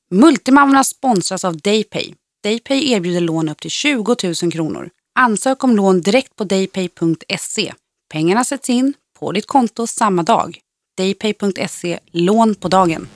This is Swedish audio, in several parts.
Multimammorna sponsras av Daypay. Daypay erbjuder lån upp till 20 000 kronor. Ansök om lån direkt på daypay.se. Pengarna sätts in på ditt konto samma dag. Daypay.se, lån på dagen.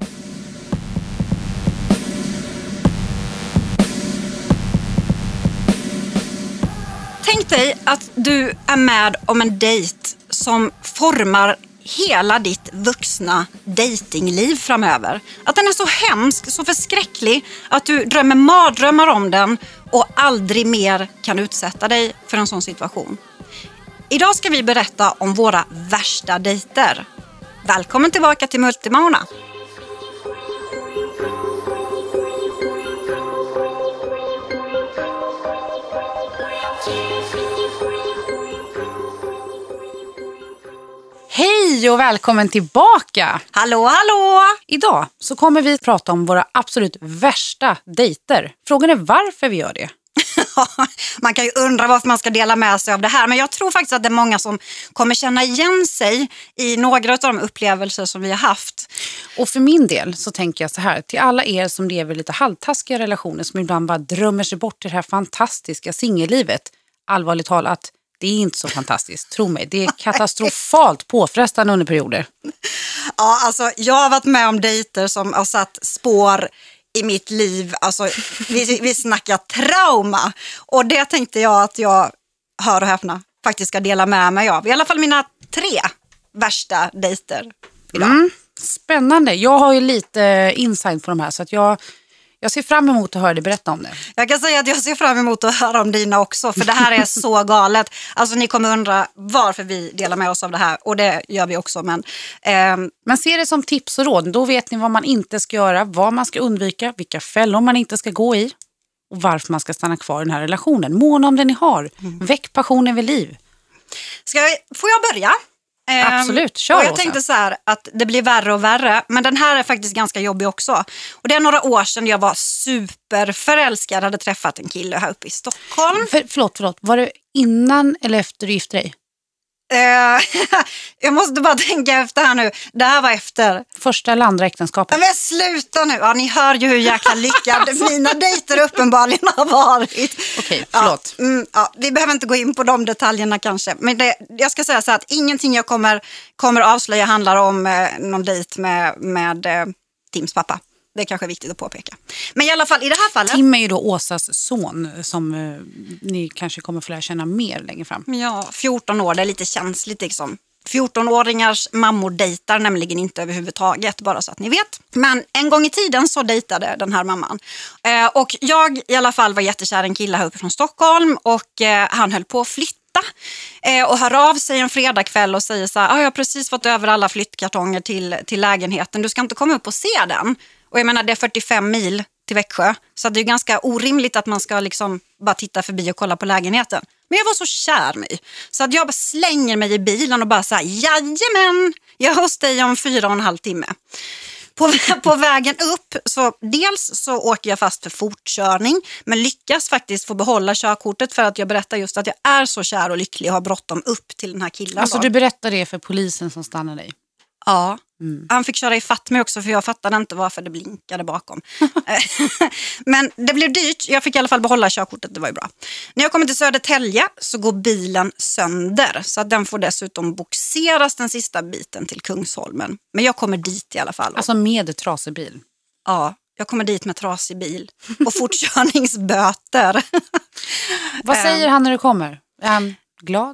Tänk dig att du är med om en dejt som formar hela ditt vuxna datingliv framöver. Att den är så hemsk, så förskräcklig att du drömmer mardrömmar om den och aldrig mer kan utsätta dig för en sån situation. Idag ska vi berätta om våra värsta dejter. Välkommen tillbaka till Multimammorna. Hej och välkommen tillbaka! Hallå, hallå! Idag så kommer vi att prata om våra absolut värsta dejter. Frågan är varför vi gör det. Man kan ju undra varför man ska dela med sig av det här. Men jag tror faktiskt att det är många som kommer känna igen sig i några av de upplevelser som vi har haft. Och för min del så tänker jag så här. Till alla er som lever lite halvtaskiga relationer som ibland bara drömmer sig bort till det här fantastiska singellivet. Allvarligt talat, det är inte så fantastiskt. Tro mig, det är katastrofalt påfrestande under perioder. Ja, alltså jag har varit med om dejter som har satt spår i mitt liv. Alltså vi snackar trauma. Och det tänkte jag att jag, hör och häpna, faktiskt ska dela med mig av. I alla fall mina 3 värsta dejter idag. Spännande. Jag har ju lite insight på de här så att jag ser fram emot att höra dig berätta om det. Jag kan säga att jag ser fram emot att höra om dina också. För det här är så galet. Alltså ni kommer undra varför vi delar med oss av det här. Och det gör vi också. Men se det som tips och råd. Då vet ni vad man inte ska göra. Vad man ska undvika. Vilka fällor man inte ska gå i. Och varför man ska stanna kvar i den här relationen. Måna om det ni har. Väck passionen vid liv. Får jag börja? Absolut, kör. Och jag tänkte så här att det blir värre och värre. Men den här är faktiskt ganska jobbig också. Och det är några år sedan jag var superförälskad. Hade träffat en kille här uppe i Stockholm. Förlåt. Var det innan eller efter du gifte dig? Jag måste bara tänka efter här nu. Det här var efter. Första eller andra äktenskapet? Men sluta nu. Ja, ni hör ju hur jäkla lyckade mina dejter uppenbarligen har varit. Okej, förlåt. Ja, vi behöver inte gå in på de detaljerna kanske. Men jag ska säga så här att ingenting jag kommer avslöja handlar om någon dejt med Tims pappa. Det är kanske viktigt att påpeka. Men i alla fall, i det här fallet... Tim är ju då Åsas son som ni kanske kommer få lära känna mer längre fram. Ja, 14 år, det är lite känsligt liksom. 14-åringars mammor dejtar nämligen inte överhuvudtaget, bara så att ni vet. Men en gång i tiden så dejtade den här mamman. Och jag i alla fall var jättekär en kille här uppe från Stockholm och han höll på att flytta. Och hör av sig en fredagkväll och säger så här, jag har precis fått över alla flyttkartonger till lägenheten, du ska inte komma upp och se den. Och jag menar, det är 45 mil till Växjö. Så det är ju ganska orimligt att man ska liksom bara titta förbi och kolla på lägenheten. Men jag var så kär mig. Så att jag bara slänger mig i bilen och bara så här, jajamän, jag är hos dig om 4,5 timme. På vägen upp, så dels så åker jag fast för fortkörning. Men lyckas faktiskt få behålla körkortet för att jag berättar just att jag är så kär och lycklig och har bråttom upp till den här killen. Alltså du berättar det för polisen som stannar dig? Ja, han fick köra i fatt mig också för jag fattade inte varför det blinkade bakom. Men det blev dyrt, jag fick i alla fall behålla körkortet, det var ju bra. När jag kommer till Södertälje så går bilen sönder så att den får dessutom boxeras den sista biten till Kungsholmen. Men jag kommer dit i alla fall. Alltså med trasig bil? Ja, jag kommer dit med trasig bil och fortkörningsböter. Vad säger han när du kommer? Är han glad?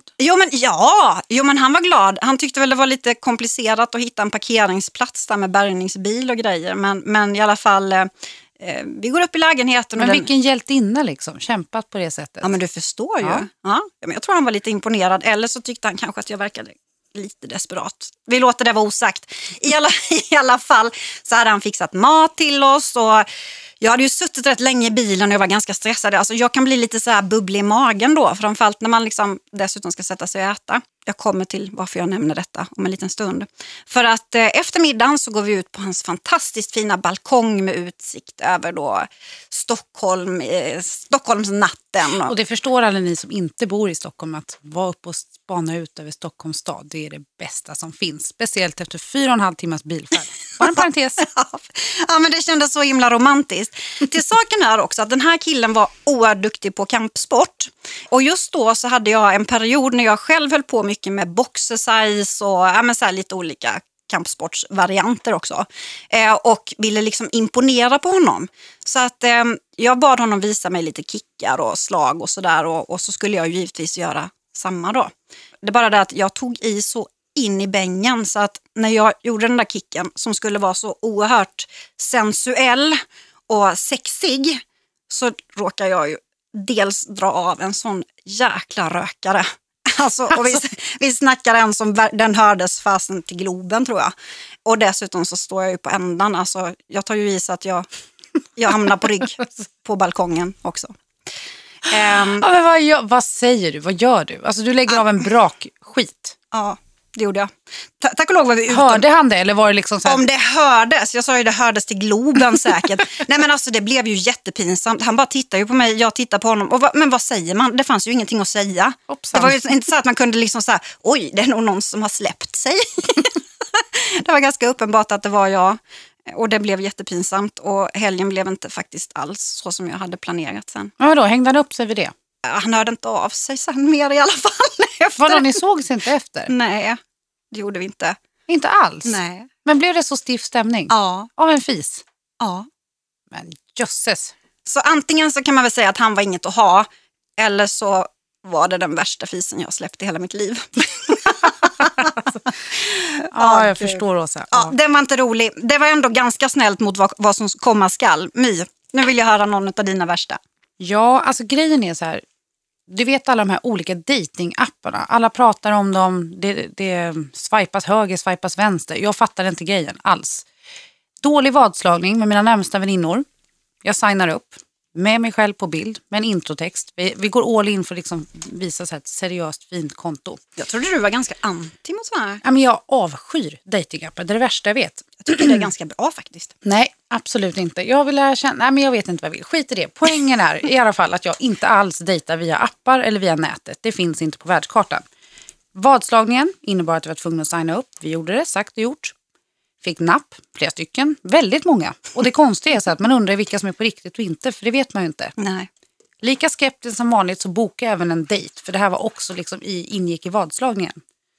Jo men han var glad. Han tyckte väl det var lite komplicerat att hitta en parkeringsplats där med bärgningsbil och grejer. Men i alla fall, vi går upp i lägenheten. Men vilken hjältinna liksom, kämpat på det sättet. Ja men du förstår ju. Ja, men jag tror han var lite imponerad. Eller så tyckte han kanske att jag verkade lite desperat. Vi låter det vara osagt. I alla fall så hade han fixat mat till oss och Jag hade ju suttit rätt länge i bilen och jag var ganska stressad. Alltså jag kan bli lite så här bubblig i magen då. Framförallt när man liksom dessutom ska sätta sig och äta. Jag kommer till varför jag nämner detta om en liten stund. För att efter middagen så går vi ut på hans fantastiskt fina balkong med utsikt över då Stockholmsnatten. Och det förstår alla ni som inte bor i Stockholm, att vara uppe och spana ut över Stockholms stad, det är det bästa som finns. Speciellt efter 4,5 timmars bilfärd. Bara en parentes. Ja, men det kändes så himla romantiskt. Till saken är också att den här killen var oerhört duktig på kampsport. Och just då så hade jag en period när jag själv höll på mycket med boxersize och så här lite olika kampsportsvarianter också. Och ville liksom imponera på honom. Så att jag bad honom visa mig lite kickar och slag och sådär. Och så skulle jag ju givetvis göra samma då. Det är bara det att jag tog i så in i bängen så att när jag gjorde den där kicken som skulle vara så oerhört sensuell och sexig, så råkar jag ju dels dra av en sån jäkla rökare. Alltså, och vi snackar en som den hördes fasen till Globen, tror jag. Och dessutom så står jag ju på ändan. Alltså, jag tar ju i så att jag hamnar på rygg på balkongen också. Ja, men vad säger du? Vad gör du? Alltså du lägger av en brak skit. Ja, det gjorde jag. Tack och lov var vi ute. Hörde han det eller var det liksom så här? Om det hördes, jag sa ju det hördes till Globen säkert. Nej men alltså det blev ju jättepinsamt. Han bara tittar ju på mig, jag tittar på honom. Men vad säger man? Det fanns ju ingenting att säga. Hoppsan. Det var ju inte så att man kunde liksom säga, oj det är nog någon som har släppt sig. Det var ganska uppenbart att det var jag. Och det blev jättepinsamt och helgen blev inte faktiskt alls så som jag hade planerat sen. Ja, då hängde han upp sig vid det? Han hörde inte av sig sen mer i alla fall. Vadå, ni sågs inte efter? Nej, det gjorde vi inte. Inte alls? Nej. Men blev det så stiff stämning? Ja. Av en fis? Ja. Men jösses. Så antingen så kan man väl säga att han var inget att ha, eller så var det den värsta fisen jag släppt i hela mitt liv. Ja, jag förstår Åsa. Ja, den var inte rolig. Det var ändå ganska snällt mot vad som komma skall. My, nu vill jag höra någon av dina värsta. Ja, alltså grejen är så här. Du vet alla de här olika datingapparna. Alla pratar om dem. Det swipas höger, swipas vänster. Jag fattar inte grejen alls. Dålig vadslagning med mina närmsta väninnor. Jag signar upp med mig själv på bild med en introtext. Vi går all in för att liksom visa så här ett seriöst fint konto. Jag trodde du var ganska anti mot så här. Ja, men jag avskyr datingappar. Det är det värsta jag vet. Jag tycker det är ganska bra faktiskt. Nej, absolut inte. Jag vill lära känna, nej men jag vet inte vad jag vill. Skit i det. Poängen är i alla fall att jag inte alls dejtar via appar eller via nätet. Det finns inte på världskartan. Vadslagningen innebar att vi var tvungna att signa upp. Vi gjorde det, sagt och gjort. Fick napp, flera stycken, väldigt många. Och det konstiga är så att man undrar vilka som är på riktigt och inte, för det vet man ju inte. Nej. Lika skeptisk som vanligt så bokade jag även en dejt, för det här var också liksom ingick i vadslagningen.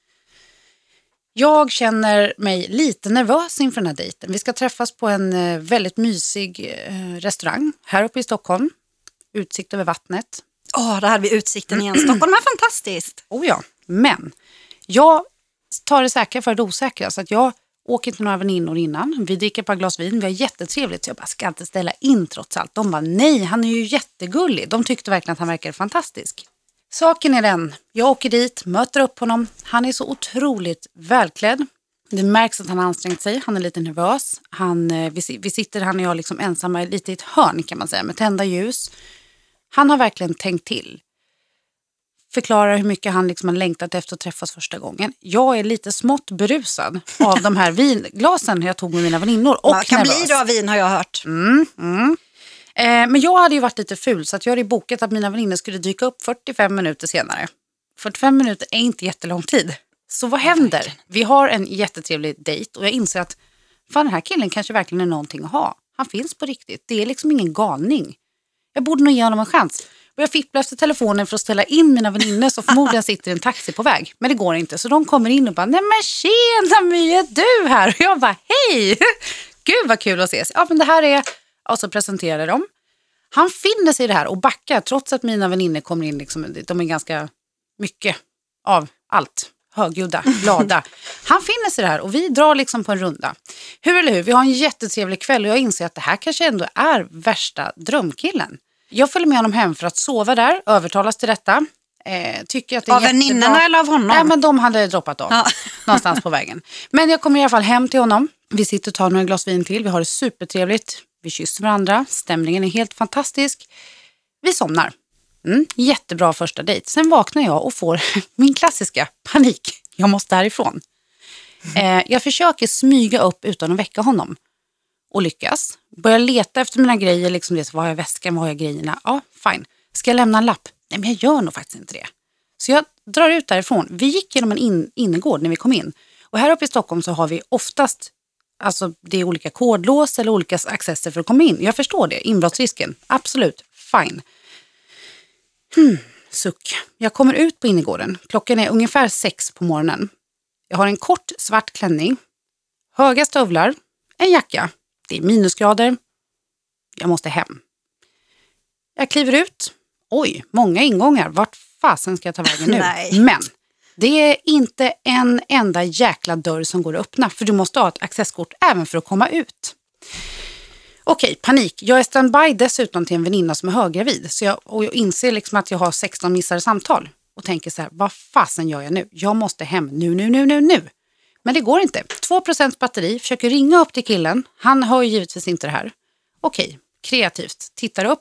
Jag känner mig lite nervös inför den här dejten. Vi ska träffas på en väldigt mysig restaurang här uppe i Stockholm. Utsikt över vattnet. Där hade vi utsikten igen. Stockholm är fantastiskt. Oh ja, men jag tar det säkra för det osäkra, så att jag åker till några väninnor innan. Vi dricker ett par glas vin. Vi har jättetrevligt. Så jag bara, ska inte ställa in trots allt. De bara, nej, han är ju jättegullig. De tyckte verkligen att han verkade fantastisk. Saken är den. Jag åker dit, möter upp honom. Han är så otroligt välklädd. Det märks att han har ansträngt sig. Han är lite nervös. Vi sitter, han och jag liksom ensamma lite i ett hörn kan man säga. Med tända ljus. Han har verkligen tänkt till. Förklarar hur mycket han liksom har längtat efter att träffas första gången. Jag är lite smått berusad av de här vinglasen jag tog med mina väninnor. Och man kan bli det av vin har jag hört. Men jag hade ju varit lite ful så att jag hade bokat att mina väninnor skulle dyka upp 45 minuter senare. 45 minuter är inte jättelång tid. Så vad händer? Vi har en jättetrevlig dejt och jag inser att fan, den här killen kanske verkligen är någonting att ha. Han finns på riktigt. Det är liksom ingen galning. Jag borde nog ge honom en chans. Och jag fipplar efter telefonen för att ställa in mina väninnor som förmodligen sitter i en taxi på väg. Men det går inte. Så de kommer in och bara, nej men tjena My, är du här? Och jag bara, hej! Gud vad kul att ses. Ja men det här är... Och så presenterar de. Han finner sig i det här och backar trots att mina väninnor kommer in. Liksom, de är ganska mycket av allt. Högljudda, glada. Han finner sig i det här och vi drar liksom på en runda. Hur eller hur? Vi har en jättetrevlig kväll och jag inser att det här kanske ändå är värsta drömkillen. Jag följer med honom hem för att sova där, övertalas till detta. Tycker att det är av väninnorna eller av honom? Nej, men de hade droppat av någonstans på vägen. Men jag kommer i alla fall hem till honom. Vi sitter och tar några glas vin till. Vi har det supertrevligt. Vi kysser varandra. Stämningen är helt fantastisk. Vi somnar. Jättebra första dejt. Sen vaknar jag och får min klassiska panik. Jag måste härifrån. Jag försöker smyga upp utan att väcka honom. Och lyckas. Börjar leta efter mina grejer. Liksom det, vad har jag väskan, vad har jag grejerna? Ja, fine. Ska jag lämna en lapp? Nej, men jag gör nog faktiskt inte det. Så jag drar ut därifrån. Vi gick genom en innergård när vi kom in. Och här uppe i Stockholm så har vi oftast, alltså det är olika kodlås eller olika accesser för att komma in. Jag förstår det, inbrottsrisken. Absolut, fine. Suck. Jag kommer ut på innergården. Klockan är ungefär 6 på morgonen. Jag har en kort svart klänning. Höga stövlar. En jacka. Det är minusgrader. Jag måste hem. Jag kliver ut. Oj, många ingångar. Vart fasen ska jag ta vägen nu? Nej. Men det är inte en enda jäkla dörr som går att öppna. För du måste ha ett accesskort även för att komma ut. Okej, panik. Jag är standby dessutom till en väninna som är höggravid. Så jag inser liksom att jag har 16 missade samtal. Och tänker så här, vad fasen gör jag nu? Jag måste hem nu. Men det går inte. 2% batteri, försöker ringa upp till killen. Han hör ju givetvis inte det här. Okej, kreativt. Tittar upp.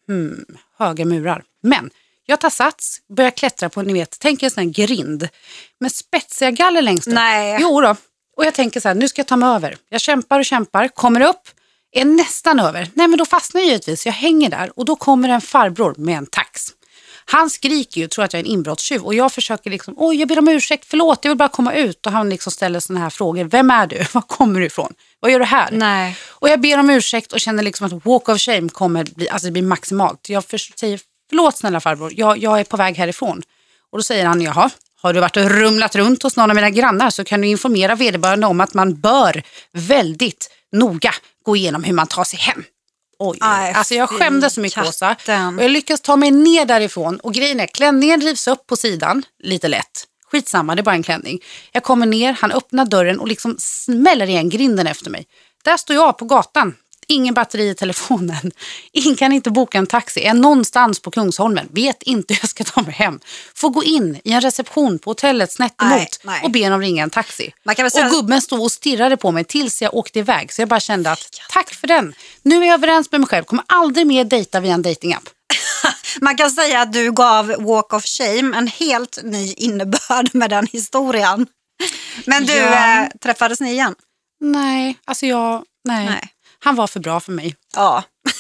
Höga murar. Men jag tar sats, börjar klättra på, ni vet, tänker en sån här grind. Med spetsiga galler längst upp. Nej. Jo då. Och jag tänker så här, nu ska jag ta mig över. Jag kämpar och kämpar, kommer upp. Är nästan över. Nej, men då fastnar jag givetvis. Jag hänger där och då kommer en farbror med en tax. Han skriker ju, tror att jag är en inbrottstjuv. Och jag försöker liksom, jag ber om ursäkt, förlåt, jag vill bara komma ut. Och han liksom ställer såna här frågor. Vem är du? Var kommer du ifrån? Vad gör du här? Nej. Och jag ber om ursäkt och känner liksom att walk of shame kommer bli, alltså det blir maximalt. Jag säger, förlåt snälla farbror, jag är på väg härifrån. Och då säger han, jaha, har du varit och rumlat runt hos någon av mina grannar så kan du informera vederbörande om att man bör väldigt noga gå igenom hur man tar sig hem. Oj, alltså jag skämdes så mycket, Åsa. Och jag lyckas ta mig ner därifrån. Och grejen är, klänningen rivs upp på sidan. Lite lätt. Skitsamma, det är bara en klänning. Jag kommer ner, han öppnar dörren och liksom smäller igen grinden efter mig. Där står jag på gatan. Ingen batteri i telefonen. Ingen kan inte boka en taxi. Är någonstans på Kungsholmen. Vet inte hur jag ska ta mig hem. Får gå in i en reception på hotellet snett emot och be dem ringa en taxi. Och gubben stod och stirrade på mig tills jag åkte iväg. Så jag bara kände att tack för den. Nu är jag överens med mig själv. Kommer aldrig mer dejta via en datingapp. Man kan säga att du gav walk of shame en helt ny innebörd med den historien. Men du, träffades ni igen? Nej, alltså nej. Han var för bra för mig. Ja,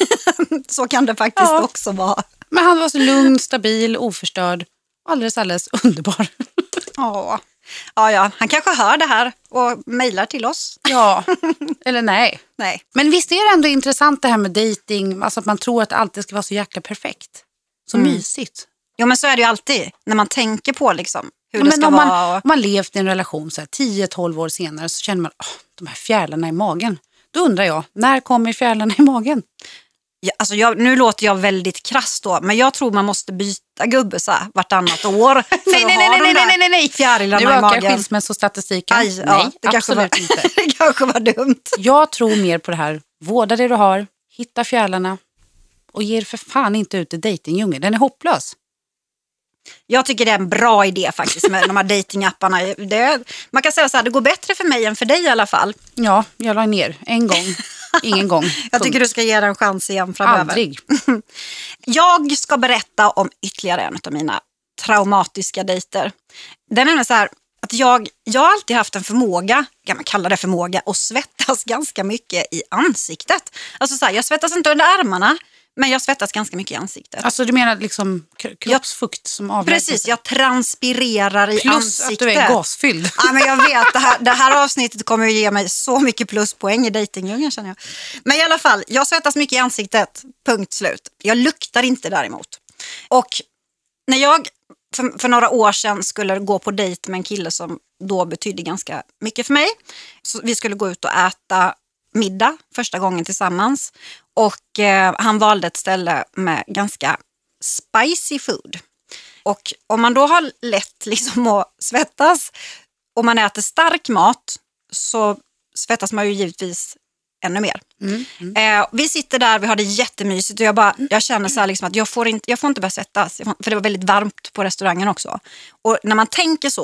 så kan det faktiskt också vara. Men han var så lugn, stabil, oförstörd. Alldeles underbar. Ja, han kanske hör det här och mejlar till oss. Ja, eller nej. Men visst är det ändå intressant det här med dating, alltså att man tror att allt ska vara så jäkla perfekt. Så mysigt. Jo, men så är det ju alltid när man tänker på liksom hur det ska vara. Om man levt i en relation så här 10-12 år senare så känner man de här fjärilarna i magen. Då undrar jag, när kommer fjärilarna i magen? Ja, alltså nu låter jag väldigt krass då, men jag tror man måste byta gubbe så här, vartannat år. Nej. Fjärilarna nu i magen. Nu ökar skilsmässostatistiken. Nej, det absolut inte. Det kanske var dumt. Jag tror mer på det här. Vårda det du har, hitta fjärilarna och ge för fan inte ut i dejtingdjungeln. Den är hopplös. Jag tycker det är en bra idé faktiskt med de här datingapparna. Man kan säga så här, det går bättre för mig än för dig i alla fall. Ja, jag la ner en gång. Ingen gång. Jag tycker du ska ge den en chans igen framöver. Aldrig. Jag ska berätta om ytterligare en av mina traumatiska dejter. Det är nämligen så här att jag har alltid haft en förmåga, kan man kalla det förmåga, att svettas ganska mycket i ansiktet. Alltså så här, jag svettas inte under armarna, men jag svettas ganska mycket i ansiktet. Alltså du menar liksom kroppsfukt som avlägsnar sig? Precis, jag transpirerar i ansiktet. Plus att du är gasfylld. Ja, men jag vet, det här avsnittet kommer att ge mig så mycket pluspoäng i dejtingdjungeln, känner jag. Men i alla fall, jag svettas mycket i ansiktet, punkt slut. Jag luktar inte däremot. Och när jag för några år sedan skulle gå på dejt med en kille som då betydde ganska mycket för mig. Så vi skulle gå ut och äta middag första gången tillsammans. Och han valde ett ställe med ganska spicy food. Och om man då har lätt liksom att svettas och man äter stark mat så svettas man ju givetvis ännu mer. Vi sitter där, vi har det jättemysigt och jag känner så här liksom att jag får inte börja svettas. För det var väldigt varmt på restaurangen också. Och när man tänker så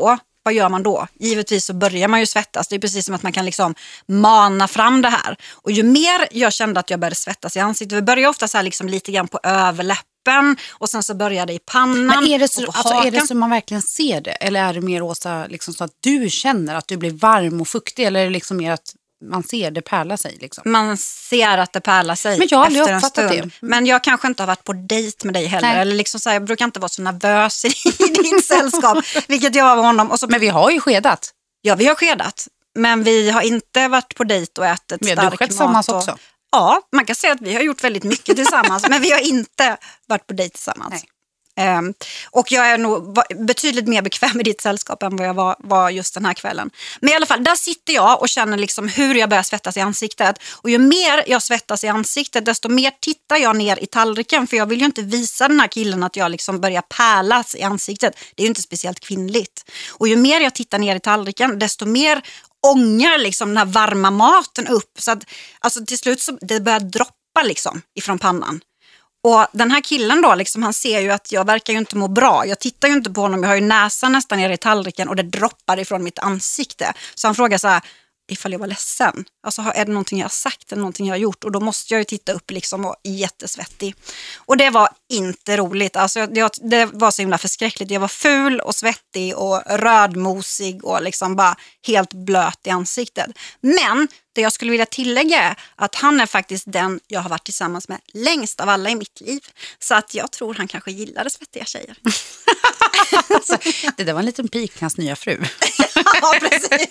vad gör man då? Givetvis så börjar man ju svettas. Det är precis som att man kan liksom mana fram det här. Och ju mer jag kände att jag började svettas i ansiktet, vi börjar ofta så här liksom lite grann på överläppen och sen så börjar det i pannan. Men är det så, och på alltså, är det hakan. så man verkligen ser det? Eller är det mer, Åsa, liksom så att du känner att du blir varm och fuktig? Eller är det liksom mer att man ser det pärla sig? Liksom? Man ser att det pärlar sig Men jag har aldrig efter en uppfattat stund. det. Men jag kanske inte har varit på dejt med dig heller. Nej. Eller liksom så här, jag brukar inte vara så nervös i ditt sällskap. Vilket jag var med honom. Och så, Men vi har ju skedat. ja, vi har skedat. Men vi har inte varit på dejt och ätit Vi har stark duschat mat. tillsammans också. Ja, man kan säga att vi har gjort väldigt mycket tillsammans. Men vi har inte varit på dejt tillsammans. Nej. Och jag är nog betydligt mer bekväm i ditt sällskap än vad jag var just den här kvällen. Men i alla fall, där sitter jag och känner liksom hur jag börjar svettas i ansiktet. Och ju mer jag svettas i ansiktet, desto mer tittar jag ner i tallriken. För jag vill ju inte visa den här killen att jag liksom börjar pärlas i ansiktet. Det är ju inte speciellt kvinnligt. Och ju mer jag tittar ner i tallriken, desto mer ångar liksom den här varma maten upp. Så att alltså, till slut så det börjar droppa liksom ifrån pannan. Och den här killen då, liksom, han ser ju att jag verkar ju inte må bra. Jag tittar ju inte på honom, jag har ju näsan nästan ner i tallriken och det droppar ifrån mitt ansikte. Så han frågar så här, ifall jag var ledsen. Alltså är det någonting jag har sagt eller någonting jag har gjort? Och då måste jag ju titta upp liksom och jättesvettig. Och det var inte roligt. Alltså det var så himla förskräckligt. Jag var ful och svettig och rödmosig och liksom bara helt blöt i ansiktet. Men det jag skulle vilja tillägga är att han är faktiskt den jag har varit tillsammans med längst av alla i mitt liv. Så att jag tror han kanske gillade svettiga tjejer. Alltså, det där var en liten pik till hans nya fru. Ja, precis.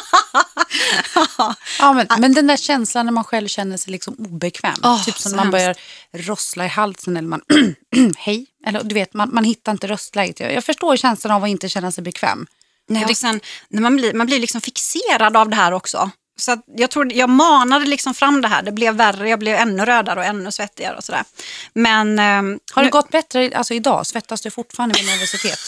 Ja, men den där känslan när man själv känner sig liksom obekväm. Typ som så man hemskt. börjar rossla i halsen eller man hej. Eller du vet, man hittar inte röstläget. Jag förstår känslan av att inte känna sig bekväm. Nej, och sen när man blir liksom fixerad av det här också. Så att jag manade liksom fram det här. Det blev värre, jag blev ännu rödare och ännu svettigare och sådär. Men har det gått bättre alltså idag? Svettas du fortfarande med nervositet?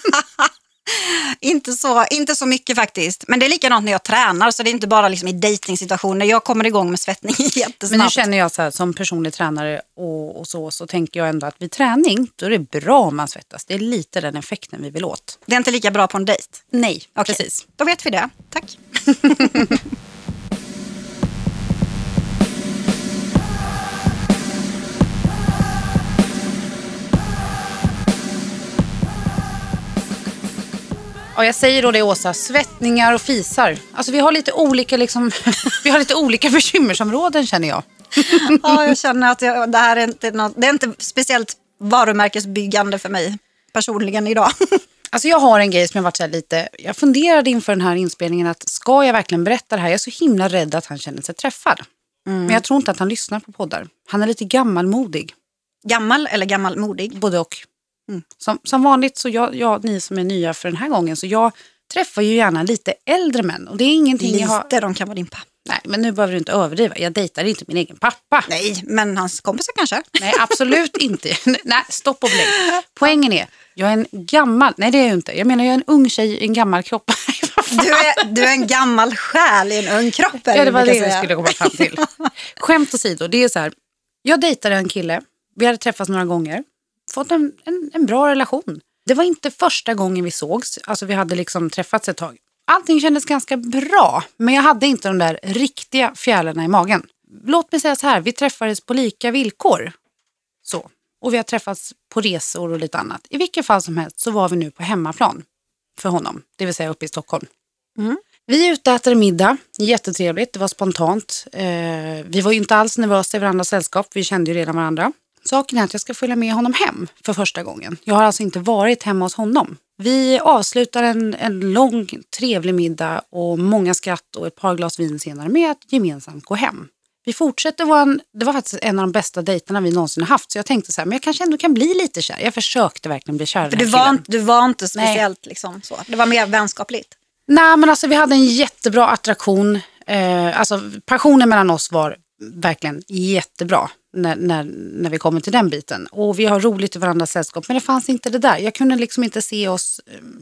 inte så mycket faktiskt. Men det är likadant när jag tränar, så det är inte bara liksom i dejtingsituationer. Jag kommer igång med svettning jättesnabbt. Men nu känner jag så här, som personlig tränare och så tänker jag ändå att vid träning då är det bra om man svettas. Det är lite den effekten vi vill åt. Det är inte lika bra på en dejt? Nej, Okej. precis. Då vet vi det. Tack. Ja, jag säger då det, Åsa, svettningar och fisar. Alltså vi har lite olika liksom, vi har lite olika bekymmersområden, känner jag. Ja, jag känner att det här är det är inte speciellt varumärkesbyggande för mig personligen idag. Alltså jag har en grej som jag varit så här lite, jag funderade inför den här inspelningen att ska jag verkligen berätta det här? Jag är så himla rädd att han känner sig träffad. Men jag tror inte att han lyssnar på poddar. Han är lite gammalmodig. Gammal eller gammalmodig? Både och. Som vanligt så ni som är nya för den här gången, så jag träffar ju gärna lite äldre män. Och det är ingenting jag har... Lite, de kan vara din pappa. Nej, men nu behöver du inte överdriva. Jag dejtar inte min egen pappa. Nej, men hans kompisar kanske. Nej, absolut inte. Nej, stopp och belägg. Poängen är, jag är en gammal... Nej, det är jag inte. Jag menar, jag är en ung tjej i en gammal kropp. Du är en gammal själ i en ung kropp. Ja, det var det säga. jag skulle komma fram till. Skämt åsido, det är så här. Jag dejtade en kille. Vi hade träffats några gånger. Fått en bra relation. Det var inte första gången vi sågs. Alltså vi hade liksom träffats ett tag. Allting kändes ganska bra. Men jag hade inte de där riktiga fjärilarna i magen. Låt mig säga så här. Vi träffades på lika villkor. Så. Och vi har träffats på resor och lite annat. I vilket fall som helst så var vi nu på hemmaplan. För honom. Det vill säga uppe i Stockholm. Vi är ute och äter middag. Jättetrevligt. Det var spontant. Vi var ju inte alls nervösa i varandras sällskap. Vi kände ju redan varandra. Saken är att jag ska följa med honom hem för första gången. Jag har alltså inte varit hemma hos honom. Vi avslutar en lång, trevlig middag och många skratt och ett par glas vin senare med att gemensamt gå hem. Vi fortsätter det var faktiskt en av de bästa dejterna vi någonsin har haft. Så jag tänkte så här, men jag kanske ändå kan bli lite kär. Jag försökte verkligen bli kär. För du var inte speciellt liksom så. Det var mer vänskapligt. Nej, men alltså vi hade en jättebra attraktion. Alltså passionen mellan oss var verkligen jättebra när vi kommer till den biten. Och vi har roligt i varandras sällskap. Men det fanns inte det där. Jag kunde liksom inte se oss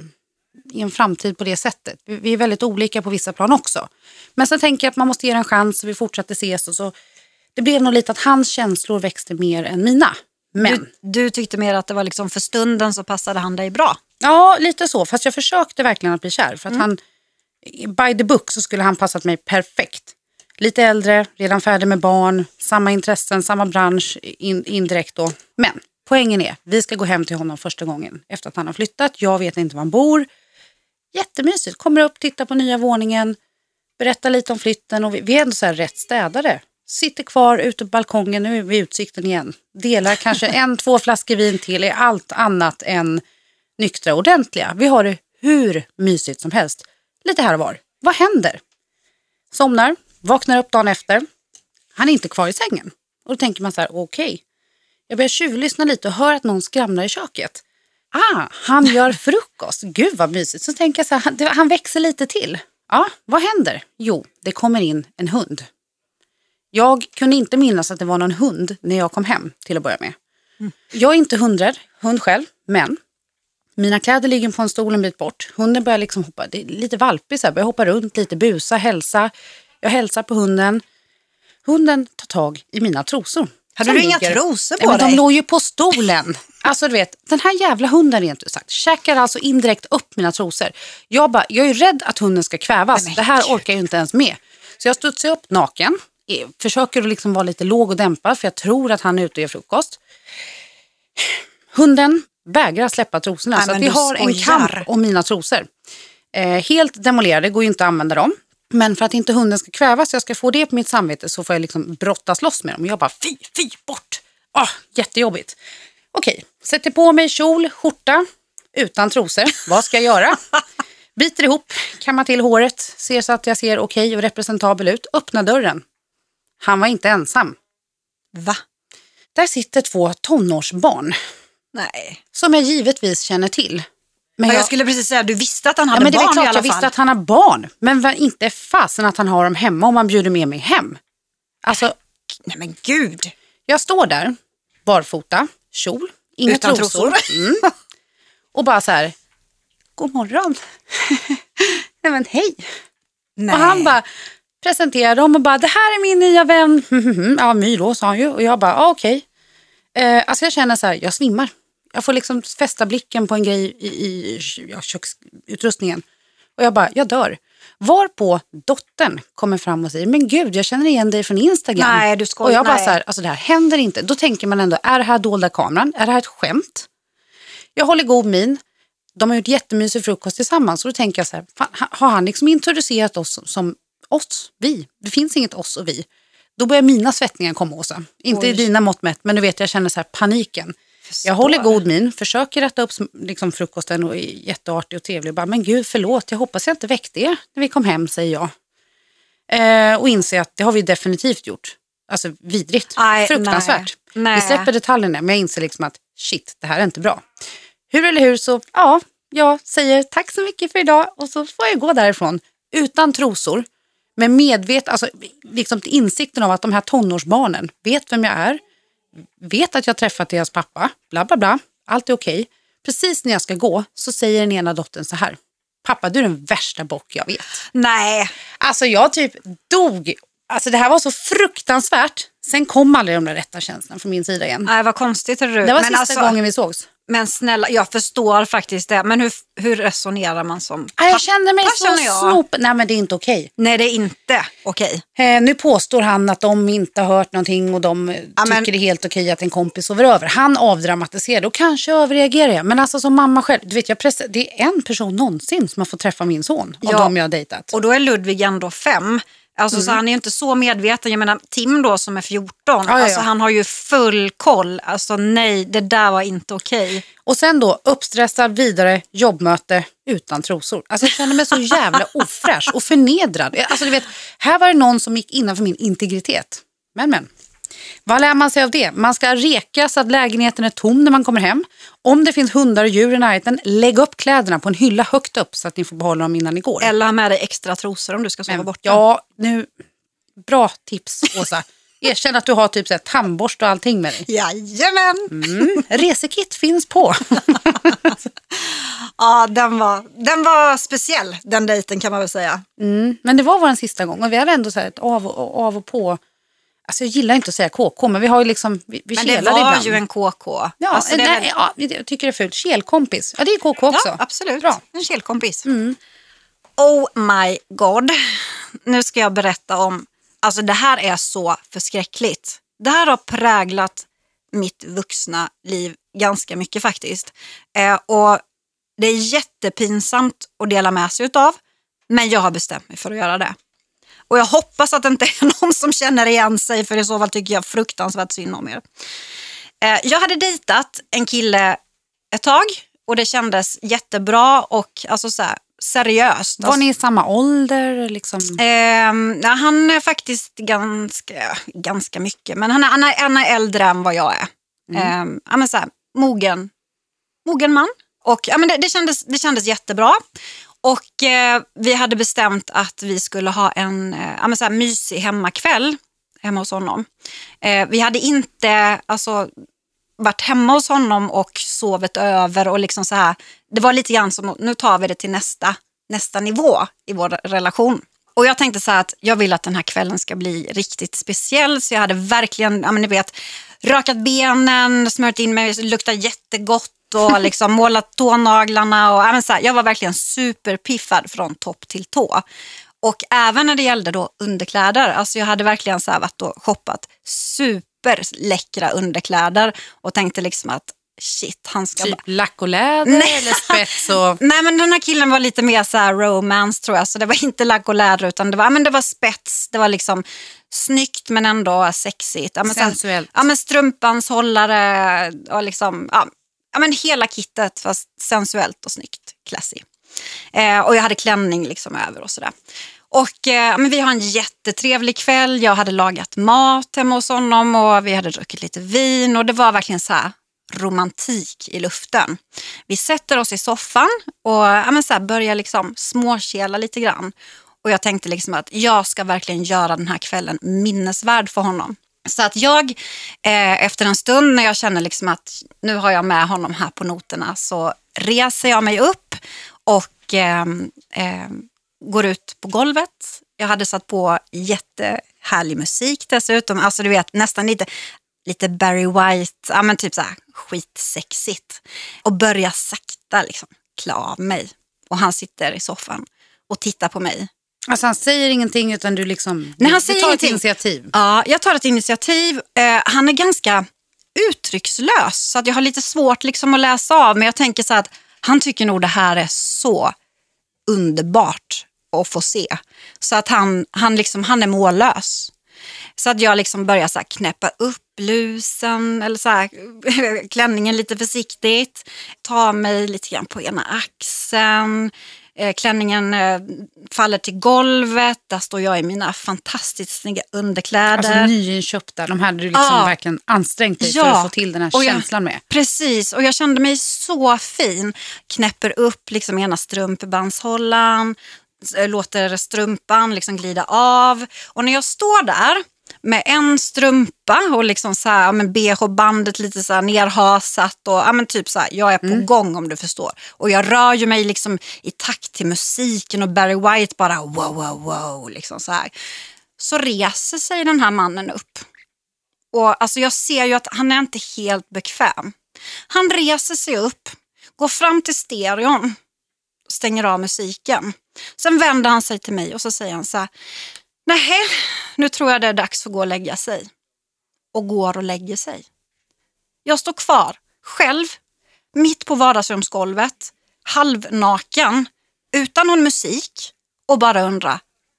i en framtid på det sättet. Vi är väldigt olika på vissa plan också. Men sen tänker jag att man måste ge en chans och vi fortsatte ses. Och så, det blev nog lite att hans känslor växte mer än mina. Men Du tyckte mer att det var liksom för stunden så passade han dig bra. Ja, lite så. Fast jag försökte verkligen att bli kär. För att han, by the book så skulle han passat mig perfekt. Lite äldre, redan färdig med barn, samma intressen, samma bransch indirekt då. Men poängen är, vi ska gå hem till honom första gången efter att han har flyttat. Jag vet inte var han bor. Jättemysigt. Kommer upp, tittar på nya våningen, berättar lite om flytten och vi är ändå så här rätt städade. Sitter kvar ute på balkongen, nu är vi utsikten igen. Delar kanske 1-2 flaskor vin till, är allt annat än nyktra och ordentliga. Vi har det hur mysigt som helst. Lite här och var. Vad händer? Somnar, vaknar upp dagen efter. Han är inte kvar i sängen. Och då tänker man så här, okej. Jag börjar tjuvlyssna lite och hör att någon skramlar i köket. Han gör frukost. Gud vad mysigt. Så tänker jag så här, han växer lite till. Ja, vad händer? Jo, det kommer in en hund. Jag kunde inte minnas att det var någon hund när jag kom hem till att börja med. Jag är inte hund själv, men mina kläder ligger på en stol en bit bort. Hunden börjar liksom hoppa, det är lite valpig så här, börjar hoppa runt lite, busa, hälsa. Jag hälsar på hunden. Hunden tar tag i mina trosor. Hade du inga trosor på dig? dig? De låg ju på stolen. Alltså du vet, den här jävla hunden rent ut sagt käkar alltså indirekt upp mina trosor. Jag är ju rädd att hunden ska kvävas. Det här orkar jag ju inte ens med. Så jag studsar upp naken. Försöker att liksom vara lite låg och dämpad för jag tror att han är ute och gör frukost. Hunden vägrar släppa trosorna. Så att vi har en kamp om mina trosor. Helt demolerade, går ju inte att använda dem. Men för att inte hunden ska kvävas så jag ska få det på mitt samvete så får jag liksom brottas loss med dem. Jag bara fy bort. Jättejobbigt. Okej, sätter på mig kjol, skjorta utan trosor. Vad ska jag göra? Biter ihop, kammar till håret, ser så att jag ser okej och representabel ut. Öppnar dörren. Han var inte ensam. Va? Där sitter 2 tonårsbarn. Nej. Som jag givetvis känner till. Men jag skulle precis säga, du visste att han hade men det barn klart, i alla fall. Jag visste att han har barn. Men inte fasen att han har dem hemma om man bjuder med mig hem. Alltså, nej men gud. Jag står där, barfota, kjol, inga utan trosor. Och bara så här, god morgon. Nej men hej. Nej. Och han bara presenterar dem och bara, det här är min nya vän. Ja, My då, sa han ju. Och jag bara, okej. Alltså jag känner så här, jag svimmar. Jag får liksom fästa blicken på en grej i köksutrustningen. Och jag bara, jag dör. Varpå dottern kommer fram och säger, men gud, jag känner igen dig från Instagram. Nej, du skojar. Och jag bara så här, alltså det här händer inte. Då tänker man ändå, är det här dolda kameran? Är det här ett skämt? Jag håller god min. De har gjort jättemysig frukost tillsammans. Och då tänker jag så här, fan, har han liksom introducerat oss som oss, vi? Det finns inget oss och vi. Då börjar mina svettningar komma, Åsa. Inte i dina mått mätt, men du vet, jag känner så här paniken. Jag håller god min, försöker rätta upp liksom frukosten och är jätteartig och trevlig. Bara, men gud, förlåt, jag hoppas jag inte väckte er när vi kom hem, säger jag. Och inser att det har vi definitivt gjort. Alltså vidrigt, fruktansvärt. Nej. Vi släpper detaljerna, men jag inser liksom att shit, det här är inte bra. Hur eller hur så, ja, jag säger tack så mycket för idag och så får jag gå därifrån utan trosor. Men alltså liksom till insikten av att de här tonårsbarnen vet vem jag är. Vet att jag träffat deras pappa, bla bla bla, allt är okej. Precis när jag ska gå så säger den ena dottern så här: pappa, du är den värsta bock jag vet. Nej. Alltså jag typ dog. Alltså det här var så fruktansvärt. Sen kom aldrig de där rätta känslorna från min sida igen. Nej, vad konstigt. Det var sista gången vi sågs. Men snälla, jag förstår faktiskt det. Men hur resonerar man som pappa? Jag känner mig så snop. Nej, men det är inte okej. Nej, det är inte okej. Nu påstår han att de inte har hört någonting och de tycker det är helt okej att en kompis sover över. Han avdramatiserar och kanske överreagerar jag. Men alltså som mamma själv, du vet, det är en person någonsin som har fått träffa min son av dem jag har dejtat. Och då är Ludvig ändå 5. Alltså så han är ju inte så medveten. Jag menar Tim då som är 14. Alltså han har ju full koll. Alltså nej, det där var inte okej. Och sen då uppstressad vidare jobbmöte utan trosor. Alltså jag känner mig så jävla ofräsch och förnedrad. Alltså du vet, här var det någon som gick innanför min integritet. Men. Vad lär man sig av det? Man ska reka så att lägenheten är tom när man kommer hem. Om det finns hundar och djur i närheten, lägg upp kläderna på en hylla högt upp så att ni får behålla dem innan ni går. Eller ha med dig extra trosor om du ska sova borta. Ja, nu, bra tips, Åsa. Erkänn att du har typ så här tandborst och allting med dig. Jajamän! Resekit finns på. Ja, den var speciell, den dejten kan man väl säga. Men det var vår sista gång och vi hade ändå så här ett av och på. Alltså jag gillar inte att säga KK, men vi har ju liksom... Vi Men det kelade var ibland. ju en KK. Ja, alltså, jag tycker det är fult. Kelkompis. Ja, det är KK också. Ja, absolut. Bra. En kelkompis. Oh my god. Nu ska jag berätta om... Alltså det här är så förskräckligt. Det här har präglat mitt vuxna liv ganska mycket faktiskt. Och det är jättepinsamt att dela med sig utav. Men jag har bestämt mig för att göra det. Och jag hoppas att det inte är någon som känner igen sig, för i så fall tycker jag fruktansvärt synd om er. Jag hade dejtat en kille ett tag och det kändes jättebra och alltså så här, seriöst. Var ni i samma ålder? Liksom? Han är faktiskt ganska mycket, men han är äldre än vad jag är. Men så här, mogen man. Och ja, men det kändes jättebra. Och vi hade bestämt att vi skulle ha en så här mysig hemmakväll hemma hos honom. Vi hade inte varit hemma hos honom och sovit över och liksom så här. Det var lite grann som, nu tar vi det till nästa nivå i vår relation. Och jag tänkte så här att jag vill att den här kvällen ska bli riktigt speciell. Så jag hade verkligen, ni vet, rakat benen, smört in mig, luktade jättegott. Och liksom målat tånaglarna och så här, jag var verkligen superpiffad från topp till tå. Och även när det gällde då underkläder, alltså jag hade verkligen så här varit och shoppat superläckra underkläder och tänkte liksom att shit, han ska... Typ lack och läder eller spets och... Nej, men den här killen var lite mer så här romance tror jag, så det var inte lack och läder utan det var spets, det var liksom snyggt men ändå sexigt. Sensuellt. Men strumpans hållare och liksom... Ja, men hela kittet fast sensuellt och snyggt, classy. Och jag hade klänning liksom över och sådär. Och men vi har en jättetrevlig kväll. Jag hade lagat mat hemma hos honom och vi hade druckit lite vin. Och det var verkligen så här romantik i luften. Vi sätter oss i soffan och så här börjar liksom småkela lite grann. Och jag tänkte liksom att jag ska verkligen göra den här kvällen minnesvärd för honom. Så att jag, efter en stund när jag känner liksom att nu har jag med honom här på noterna, så reser jag mig upp och går ut på golvet. Jag hade satt på jättehärlig musik dessutom. Alltså du vet, nästan lite Barry White, men typ så här skitsexigt. Och börjar sakta liksom klä av mig. Och han sitter i soffan och tittar på mig. Alltså han säger ingenting utan du liksom... Nej, han du säger tar ingenting. ett initiativ. Ja, jag tar ett initiativ. Han är ganska uttryckslös så att jag har lite svårt liksom att läsa av. Men jag tänker så att han tycker nog det här är så underbart att få se. Så att han är mållös. Så att jag liksom börjar så här knäppa upp blusen eller så här, klänningen lite försiktigt. Ta mig lite grann på ena axeln. Klänningen faller till golvet. Där står jag i mina fantastiskt snygga underkläder. Alltså nyinköpta. De hade du liksom verkligen ansträngt dig för att få till den här känslan med. Precis, och jag kände mig så fin. Knäpper upp liksom ena strumpbandshållaren. Låter strumpan liksom glida av. Och när jag står där med en strumpa och liksom så här, BH-bandet lite så här nerhasat och typ så här, jag är på gång om du förstår. Och jag rör ju mig liksom i takt till musiken och Barry White bara wow liksom så här. Så reser sig den här mannen upp. Och alltså jag ser ju att han är inte helt bekväm. Han reser sig upp, går fram till stereon, stänger av musiken. Sen vänder han sig till mig och så säger han så här: nej, nu tror jag det är dags för att gå och lägga sig. Och går och lägger sig. Jag står kvar, själv, mitt på vardagsrumsgolvet, halvnaken, utan någon musik och bara undrar,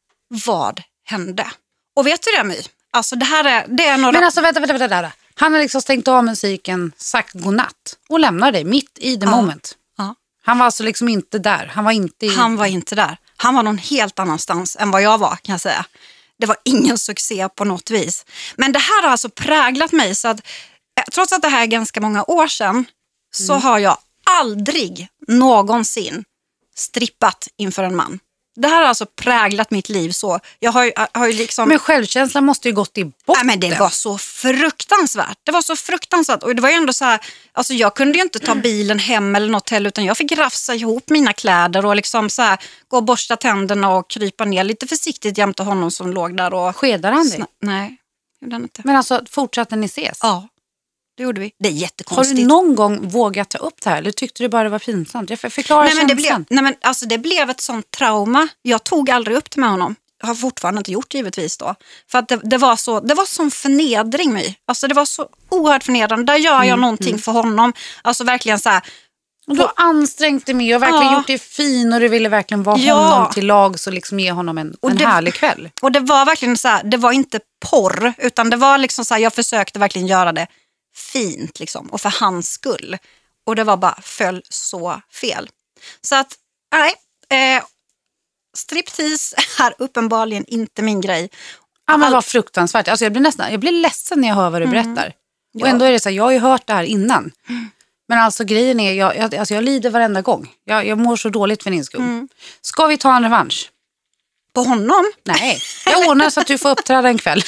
vad hände? Och vet du det, My? Alltså det är några... Men alltså vänta. Han har liksom stängt av musiken, sagt godnatt och lämnar dig mitt i the moment. Ja. Han var alltså liksom inte där. Han var inte där. Han var någon helt annanstans än vad jag var, kan jag säga. Det var ingen succé på något vis. Men det här har alltså präglat mig så att trots att det här är ganska många år sedan så har jag aldrig någonsin strippat inför en man. Det här har alltså präglat mitt liv så. Jag har ju liksom... Men självkänslan måste ju gått i botten. Nej, men det var så fruktansvärt. Det var så fruktansvärt. Och det var ju ändå så här, alltså jag kunde ju inte ta bilen hem eller något heller, utan jag fick rafsa ihop mina kläder och liksom så här, gå och borsta tänderna och krypa ner lite försiktigt jämte honom som låg där och... Skedar han dig? Nej. gjorde han inte. Men alltså, fortsatte ni ses? Ja, det gjorde vi. Det är Har jättekonstigt. du någon gång vågat ta upp det här? Eller tyckte du bara det var pinsamt? Jag förklarar känslan. Det blev ett sånt trauma. Jag tog aldrig upp det med honom. Jag har fortfarande inte gjort givetvis då. För att det var sån förnedring mig. Alltså det var så oerhört förnedrande. Där gör jag någonting för honom. Alltså verkligen så här. Och du har ansträngt dig med och verkligen gjort det fin och du ville verkligen vara honom till lags och liksom ge honom en härlig kväll. Och det var verkligen så här, det var inte porr utan det var liksom så här, jag försökte verkligen göra det fint liksom och för hans skull. Och det var bara föll så fel. Så att, nej, striptease är uppenbarligen inte min grej. Ja, men vad fruktansvärt. Alltså jag blir ledsen när jag hör vad du berättar. Och ändå är det så här, jag har ju hört det här innan. Men alltså grejen är, jag lider varenda gång. Jag mår så dåligt för din skull. Ska vi ta en revansch? På honom? Nej, jag ordnar så att du får uppträda en kväll.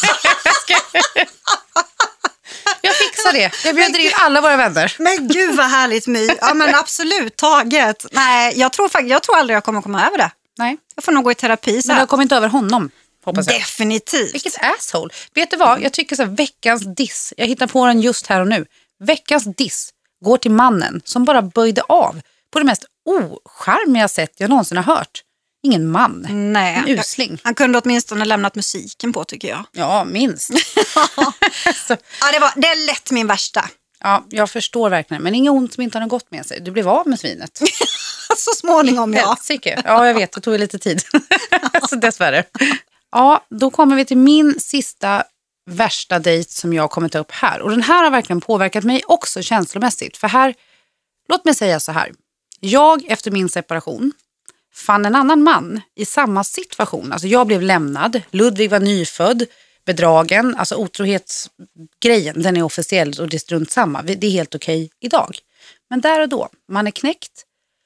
Jag fixar det. Jag bjuder in alla våra vänner. Men gud vad härligt, My. Ja men absolut, taget. Nej, jag tror aldrig jag kommer komma över det. Nej. Jag får nog gå i terapi. Men jag kommer inte över honom, hoppas jag. Definitivt. Vilket asshole. Vet du vad? Jag tycker så här, veckans diss. Jag hittar på den just här och nu. Veckans diss går till mannen som bara böjde av på det mest ocharmiga sätt jag någonsin har hört. Ingen man. Nej. En usling. Han kunde åtminstone lämnat musiken på, tycker jag. Ja, minst. Ja, det är lätt min värsta. Ja, jag förstår verkligen. Men inget ont som inte har något gott med sig. Du blev av med svinet. Så småningom, ja. Ja, jag vet. Det tog lite tid. Så dessvärre. Ja, då kommer vi till min sista värsta dejt som jag kommer ta upp här. Och den här har verkligen påverkat mig också känslomässigt. För här, låt mig säga så här. Jag efter min separation fann en annan man i samma situation. Alltså jag blev lämnad. Ludvig var nyfödd. Bedragen. Alltså otrohetsgrejen, den är officiell och det är strunt samma. Det är helt okej idag. Men där och då, man är knäckt.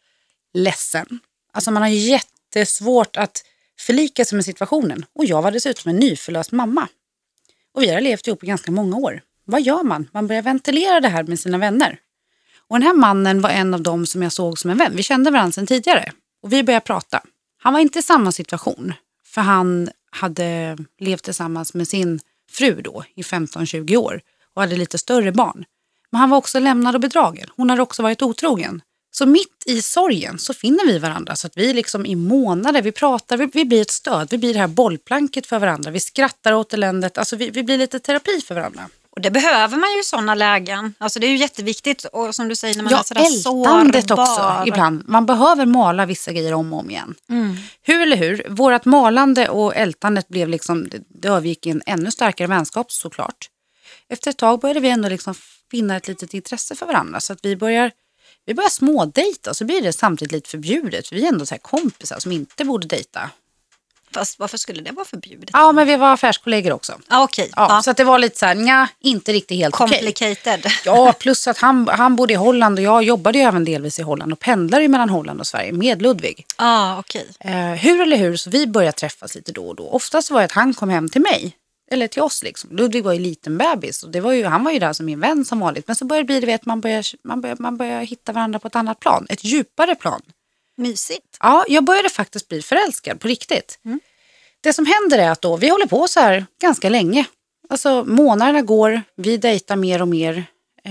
Ledsen. Alltså man har jättesvårt att förlika sig med situationen. Och jag var dessutom en nyförlöst mamma. Och vi har levt ihop i ganska många år. Vad gör man? Man börjar ventilera det här med sina vänner. Och den här mannen var en av dem som jag såg som en vän. Vi kände varandra sedan tidigare. Och vi började prata. Han var inte i samma situation. För han hade levt tillsammans med sin fru då i 15-20 år. Och hade lite större barn. Men han var också lämnad och bedragen. Hon hade också varit otrogen. Så mitt i sorgen så finner vi varandra. Så att vi liksom i månader, vi pratar, vi blir ett stöd. Vi blir det här bollplanket för varandra. Vi skrattar åt eländet. Alltså vi blir lite terapi för varandra. Och det behöver man ju i sådana lägen. Alltså det är ju jätteviktigt. Och som du säger, när man är sådär ältandet sårbar. också ibland. Man behöver mala vissa grejer om och om igen. Hur eller hur? Vårat malande och ältandet blev liksom, det övergick i en ännu starkare vänskap såklart. Efter ett tag började vi ändå liksom finna ett litet intresse för varandra. Så att vi börjar smådejta. Så blir det samtidigt lite förbjudet. Vi är ändå så här kompisar som inte borde dejta. Fast varför skulle det vara förbjudet? Ja, men vi var affärskollegor också. Okej. Ja. Så att det var lite så här, inte riktigt helt complicated. okej. Ja, plus att han bodde i Holland och jag jobbade ju även delvis i Holland. Och pendlade ju mellan Holland och Sverige med Ludvig. Okej. Hur eller hur, så vi började träffas lite då och då. Oftast var det att han kom hem till mig. Eller till oss liksom. Ludvig var ju liten bebis. Och han var ju där som min vän som vanligt. Men så började det bli, man börjar hitta varandra på ett annat plan. Ett djupare plan. Mysigt. Ja, jag började faktiskt bli förälskad på riktigt. Det som händer är att då, vi håller på så här ganska länge. Alltså månaderna går, vi dejtar mer och mer.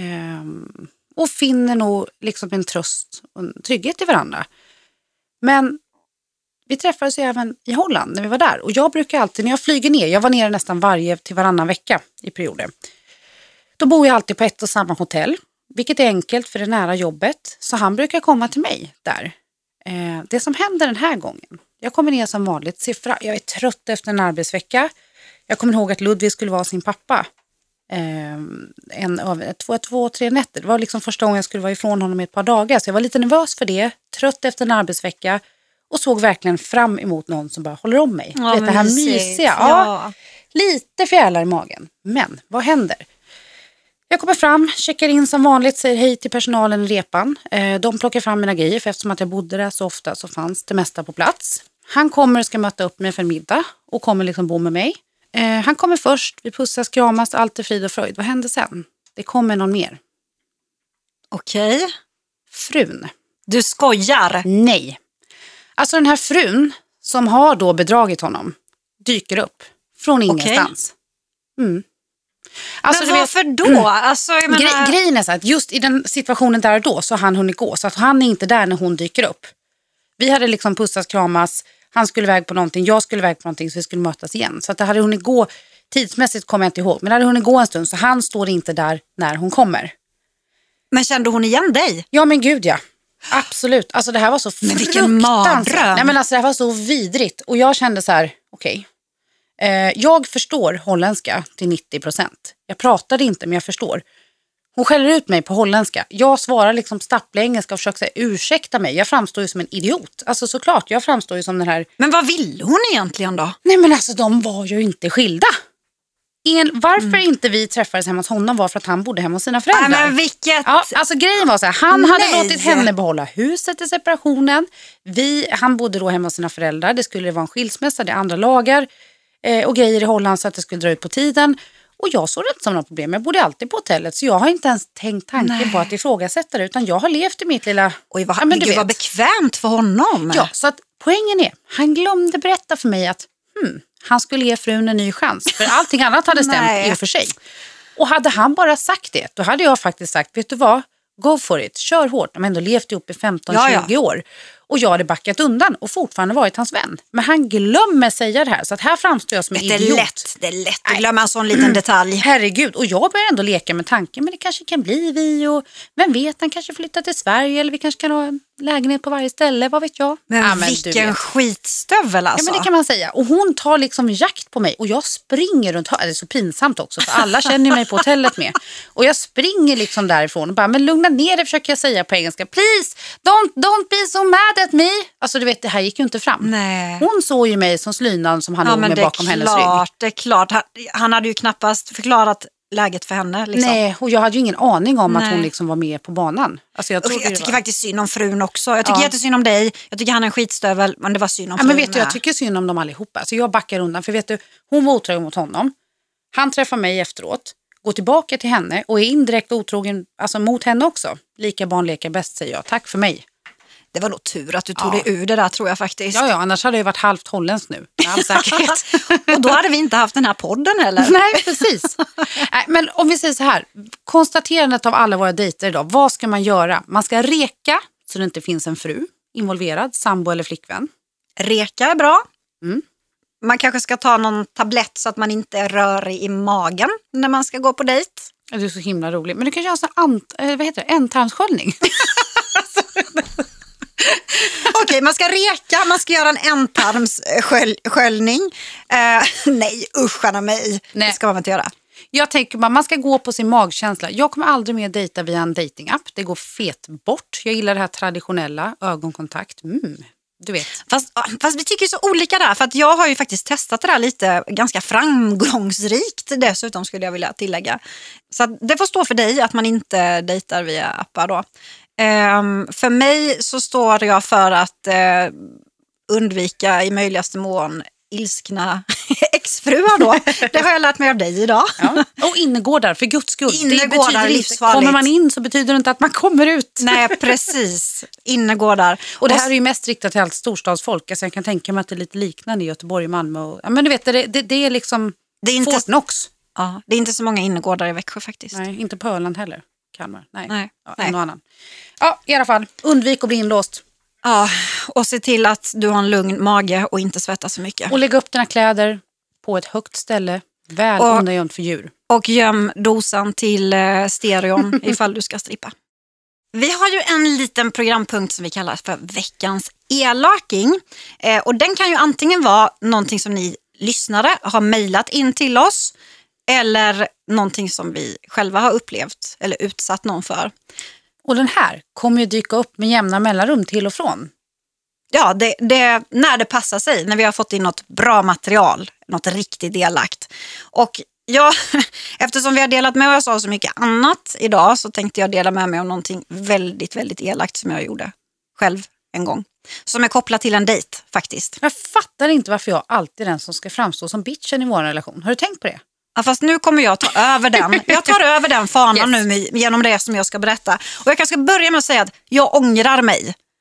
Och finner nog liksom en tröst och en trygghet i varandra. Men vi träffades ju även i Holland när vi var där. Och jag brukar alltid, när jag flyger ner, jag var nere nästan varannan vecka i perioder. Då bor jag alltid på ett och samma hotell. Vilket är enkelt för det är nära jobbet. Så han brukar komma till mig där. Det som händer den här gången. Jag kommer ner som vanligt. Jag är trött efter en arbetsvecka. Jag kommer ihåg att Ludvig skulle vara sin pappa. 2-3 nätter. Det var liksom första gången jag skulle vara ifrån honom i ett par dagar. Så jag var lite nervös för det. Trött efter en arbetsvecka. Och såg verkligen fram emot någon som bara håller om mig. Ja, det här mysiga. Ja. Lite fjärilar i magen. Men vad händer? Jag kommer fram, checkar in som vanligt, säger hej till personalen i repan. De plockar fram mina grejer för eftersom att jag bodde där så ofta så fanns det mesta på plats. Han kommer och ska möta upp mig för en middag och kommer liksom bo med mig. Han kommer först, vi pussas, kramas, allt är frid och fröjd. Vad händer sen? Det kommer någon mer. Okej. Frun. Du skojar? Nej. Alltså den här frun som har då bedragit honom dyker upp från ingenstans. Alltså, men varför då? Alltså, jag menar... Grejen är så att just i den situationen där och då så har han hunnit gå. Så att han är inte där när hon dyker upp. Vi hade liksom pussas, kramas. Han skulle iväg på någonting, jag skulle iväg på någonting, så vi skulle mötas igen. Så att det hade hunnit gå, tidsmässigt kommer jag inte ihåg. Men det hade hunnit gå en stund, så han står inte där när hon kommer. Men kände hon igen dig? Ja men gud ja. Absolut. Alltså det här var så fruktansvärt. Vilken mardröm. Nej men alltså det här var så vidrigt. Och jag kände så här, okej. Jag förstår holländska till 90%. Jag pratade inte men jag förstår. Hon skäller ut mig på holländska. Jag svarar liksom stapplig engelska och försöker säga ursäkta mig. Jag framstår ju som en idiot. Alltså såklart, jag framstår ju som den här... Men vad vill hon egentligen då? Nej men alltså de var ju inte skilda. Varför inte vi träffades hemma hos honom var för att han bodde hemma hos sina föräldrar. Men vilket... Ja, alltså grejen var så här, han hade låtit henne behålla huset i separationen. Han bodde då hemma hos sina föräldrar. Det skulle vara en skilsmässa, det är andra lagar och grejer i Holland så att det skulle dra ut på tiden. Och jag såg det inte som något problem. Jag bodde alltid på hotellet så jag har inte ens tänkt tanken på att ifrågasätta det utan jag har levt i mitt lilla... Oj, vad var bekvämt för honom. Ja, så att poängen är, han glömde berätta för mig att han skulle ge frun en ny chans. För allting annat hade stämt i och för sig. Och hade han bara sagt det, då hade jag faktiskt sagt, vet du vad? Go for it, kör hårt. De har ändå levt ihop i 15-20 år. Och jag hade backat undan och fortfarande varit hans vän. Men han glömmer säga det här. Så att här framstår jag som en idiot. Det är lätt att glömma en sån liten detalj. Herregud, och jag börjar ändå leka med tanken. Men det kanske kan bli vi och vem vet, han kanske flyttar till Sverige. Eller vi kanske kan ha en lägenhet på varje ställe, vad vet jag. Men vilken skitstövel alltså. Ja men det kan man säga. Och hon tar liksom jakt på mig. Och jag springer runt, det är så pinsamt också. För alla känner mig på hotellet med. Och jag springer liksom därifrån och bara, men lugna ner det försöker jag säga på engelska. Please, don't be so mad at me. Alltså du vet, det här gick ju inte fram. Nej. Hon såg ju mig som slynan som han låg med bakom hennes rygg. Det är klart. Han hade ju knappast förklarat läget för henne. Liksom. Nej, och jag hade ju ingen aning om att hon liksom var med på banan. Alltså jag tycker faktiskt synd om frun också. Jag tycker jättesynd om dig. Jag tycker han är en skitstövel, men det var synd om frun. Men vet du, jag tycker synd om dem allihopa. Alltså jag backar undan, för vet du, hon var otrogen mot honom. Han träffar mig efteråt, går tillbaka till henne och är indirekt otrogen alltså mot henne också. Lika barn leker bäst, säger jag. Tack för mig. Det var nog tur att du tog dig ur det där, tror jag faktiskt. Ja, annars hade jag varit halvt holländsk nu. Med all säkerhet. Och då hade vi inte haft den här podden heller. Nej, precis. Men om vi säger så här. Konstaterandet av alla våra dejter idag. Vad ska man göra? Man ska reka så det inte finns en fru involverad, sambo eller flickvän. Reka är bra. Man kanske ska ta någon tablett så att man inte är rörig i magen när man ska gå på dejt. Du är så himla rolig. Men du kan göra en ändtarmssköljning. Okej, man ska reka, man ska göra en ändtarmssköljning. Nej, uscharna mig. Nej. Det ska man inte göra. Jag tänker man ska gå på sin magkänsla. Jag kommer aldrig mer dejta via en datingapp. Det går fet bort. Jag gillar det här traditionella, ögonkontakt. Du vet. Fast vi tycker så olika där. För att jag har ju faktiskt testat det där lite ganska framgångsrikt dessutom, skulle jag vilja tillägga. Så det får stå för dig att man inte dejtar via appar då. För mig så står jag för att undvika i möjligaste mån ilskna exfruar då. Det har jag lärt mig av dig idag. Ja. Och innergårdar, för guds skull. Innergårdar är livsfarligt. Kommer man in så betyder det inte att man kommer ut. Nej, precis. Innergårdar. Och det här är ju mest riktat till allt storstadsfolk. Alltså jag kan tänka mig att det är lite liknande i Göteborg och Malmö. Men du vet, det är liksom det är inte, Fort Knox. Ja, det är inte så många innergårdar i Växjö faktiskt. Nej, inte på Öland heller. Kalmar. Nej. Ja, Nej. En och annan. Ja, i alla fall. Undvik att bli inlåst. Ja, och se till att du har en lugn mage och inte svettas så mycket. Och lägga upp dina kläder på ett högt ställe. Väl undangömt för djur. Och göm dosan till stereon ifall du ska strippa. Vi har ju en liten programpunkt som vi kallar för veckans elaking. Och den kan ju antingen vara någonting som ni lyssnare har mejlat in till oss. Eller någonting som vi själva har upplevt eller utsatt någon för. Och den här kommer ju dyka upp med jämna mellanrum till och från. Ja, när det passar sig. När vi har fått in något bra material. Något riktigt delakt. Och ja, eftersom vi har delat med oss av så mycket annat idag så tänkte jag dela med mig om någonting väldigt, väldigt elakt som jag gjorde själv en gång. Som är kopplat till en dejt faktiskt. Jag fattar inte varför jag alltid är den som ska framstå som bitchen i vår relation. Har du tänkt på det? Ja, fast nu kommer jag ta över den. Jag tar över den fanan nu genom det som jag ska berätta. Och jag kanske ska börja med att säga att jag ångrar mig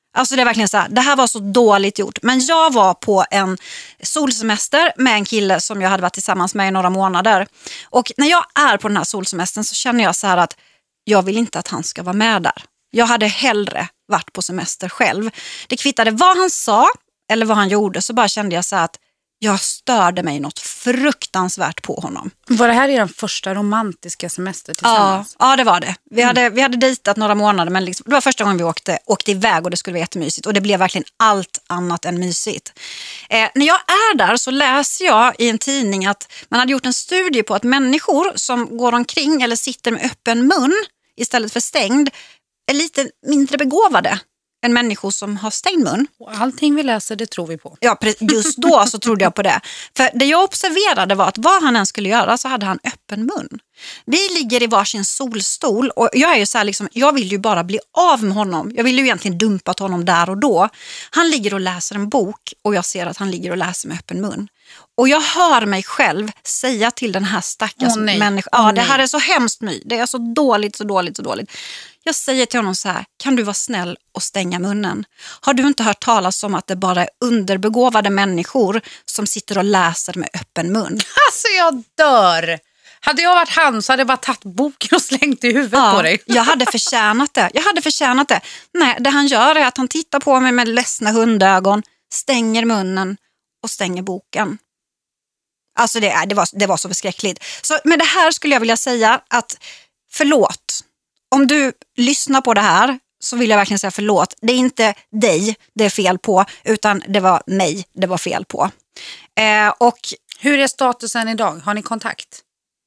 Alltså det är verkligen så här, det här var så dåligt gjort. Men jag var på en solsemester med en kille som jag hade varit tillsammans med i några månader. Och när jag är på den här solsemestern så känner jag så här att jag vill inte att han ska vara med där. Jag hade hellre varit på semester själv. Det kvittade vad han sa eller vad han gjorde, så bara kände jag så här att jag störde mig något fruktansvärt på honom. Var det här er första romantiska semester tillsammans? Ja, det var det. Vi hade dejtat några månader, men liksom, det var första gången vi åkte iväg och det skulle vara jättemysigt. Och det blev verkligen allt annat än mysigt. När jag är där så läser jag i en tidning att man hade gjort en studie på att människor som går omkring eller sitter med öppen mun istället för stängd är lite mindre begåvade än människor som har stängd mun. Och allting vi läser, det tror vi på. Ja, just då så trodde jag på det. För det jag observerade var att vad han än skulle göra så hade han öppen mun. Vi ligger i varsin solstol och jag är ju så här liksom, jag vill ju bara bli av med honom. Jag vill ju egentligen dumpa till honom där och då. Han ligger och läser en bok och jag ser att han ligger och läser med öppen mun. Och jag hör mig själv säga till den här stackars människan, ja, det här är så hemskt My, det är så dåligt, så dåligt, så dåligt. Jag säger till honom så här, kan du vara snäll och stänga munnen? Har du inte hört talas om att det bara är underbegåvade människor som sitter och läser med öppen mun? Alltså jag dör! Hade jag varit han så hade jag bara tagit boken och slängt i huvudet på dig. Jag hade förtjänat det. Nej, det han gör är att han tittar på mig med ledsna hundögon, stänger munnen och stänger boken. Alltså det var så förskräckligt. Så med det här skulle jag vilja säga att förlåt. Om du lyssnar på det här så vill jag verkligen säga förlåt. Det är inte dig det är fel på, utan det var mig det var fel på. Och hur är statusen idag? Har ni kontakt?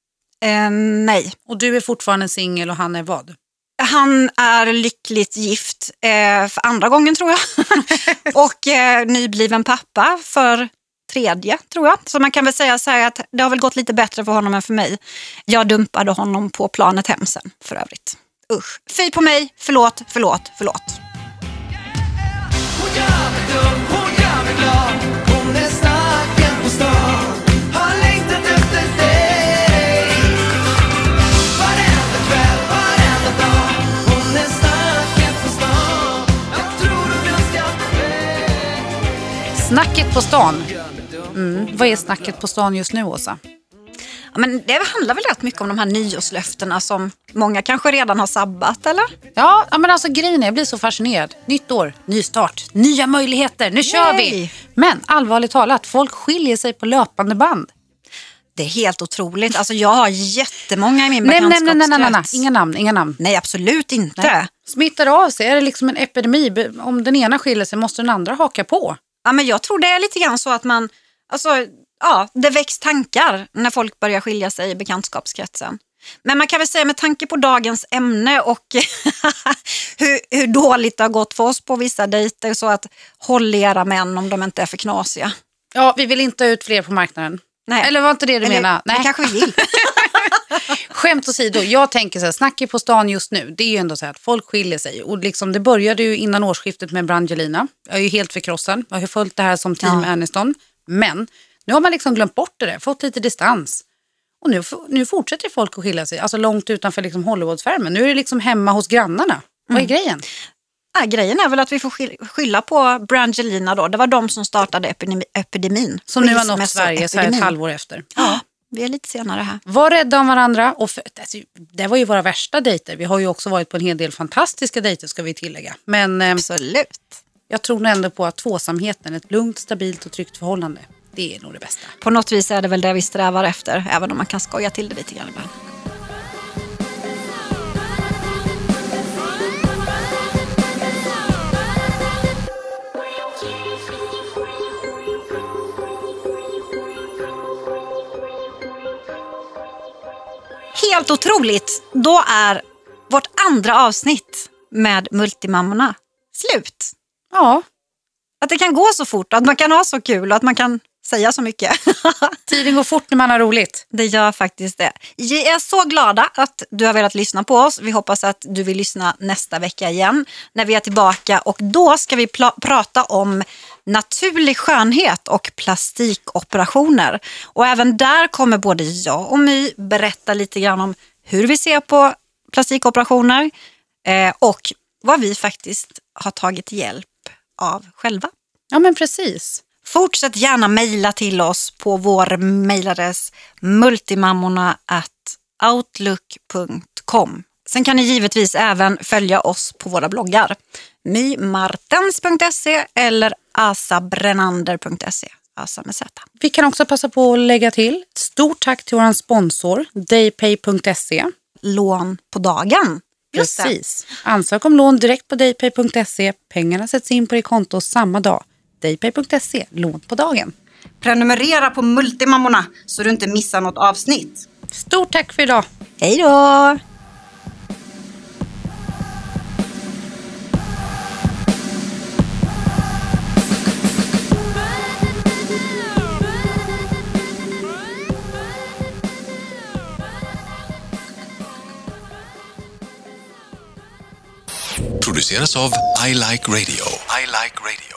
Nej. Och du är fortfarande singel och han är vad? Han är lyckligt gift för andra gången tror jag. Och nybliven pappa för tredje tror jag. Så man kan väl säga så här att det har väl gått lite bättre för honom än för mig. Jag dumpade honom på planet hem sen för övrigt. Usch. Fy på mig, förlåt. Snacket på stan. Vad är snacket på stan just nu, Åsa? Ja, men det handlar väl rätt mycket om de här nyårslöftena som många kanske redan har sabbat, eller? Ja, men alltså grejen är, jag blir så fascinerad. Nytt år, ny start, nya möjligheter, nu kör vi! Men allvarligt talat, folk skiljer sig på löpande band. Det är helt otroligt. Alltså jag har jättemånga i min bekantskapskrets. Nej, inga namn. Nej, absolut inte. Nej. Smittar av sig, är det liksom en epidemi? Om den ena skiljer sig måste den andra haka på. Ja, men jag tror det är lite grann så att man, alltså, ja, det väcks tankar när folk börjar skilja sig i bekantskapskretsen. Men man kan väl säga med tanke på dagens ämne och hur dåligt det har gått för oss på vissa dejter, så att håll era män om de inte är för knasiga. Ja, vi vill inte ha ut fler på marknaden. Nej. Eller var inte det du menar? Nej, det kanske vi vill. Skämt åsido, jag tänker så här, snacket på stan just nu, det är ju ändå så här att folk skiljer sig. Och liksom, det började ju innan årsskiftet med Brangelina. Jag är ju helt förkrossad. Jag har följt det här som team Aniston. Men nu har man liksom glömt bort det där, fått lite distans. Och nu fortsätter folk att skilja sig. Alltså långt utanför liksom Hollywoodfärmen. Nu är det liksom hemma hos grannarna. Vad är grejen? Grejen är väl att vi får skylla på Brangelina då. Det var de som startade epidemin. Som nu har nått Sverige så här ett halvår efter. Ja, vi är lite senare här. Var rädda om varandra. Och alltså, det var ju våra värsta dejter. Vi har ju också varit på en hel del fantastiska dejter, ska vi tillägga. Men absolut. Jag tror ändå på att tvåsamheten, ett lugnt, stabilt och tryggt förhållande, det är nog det bästa. På något vis är det väl det vi strävar efter, även om man kan skoja till det lite grann ibland. Helt otroligt, då är vårt andra avsnitt med Multimammorna slut. Ja. Att det kan gå så fort, att man kan ha så kul och att man kan säga så mycket. Tiden går fort när man har roligt. Det gör faktiskt det. Vi är så glada att du har velat lyssna på oss. Vi hoppas att du vill lyssna nästa vecka igen när vi är tillbaka. Och då ska vi prata om naturlig skönhet och plastikoperationer. Och även där kommer både jag och My berätta lite grann om hur vi ser på plastikoperationer och vad vi faktiskt har tagit hjälp av själva. Ja, men precis. Fortsätt gärna mejla till oss på vår mejladress multimammorna@outlook.com. Sen kan ni givetvis även följa oss på våra bloggar. mymartens.se eller asabrenander.se. Asa med Z. Vi kan också passa på att lägga till stort tack till vår sponsor daypay.se. Lån på dagen. Just Precis. Ansök om lån direkt på daypay.se. Pengarna sätts in på ditt konto samma dag. Daypay.se. Lån på dagen. Prenumerera på Multimammorna så du inte missar något avsnitt. Stort tack för idag. Hej då! Produceras av I Like Radio. I Like Radio.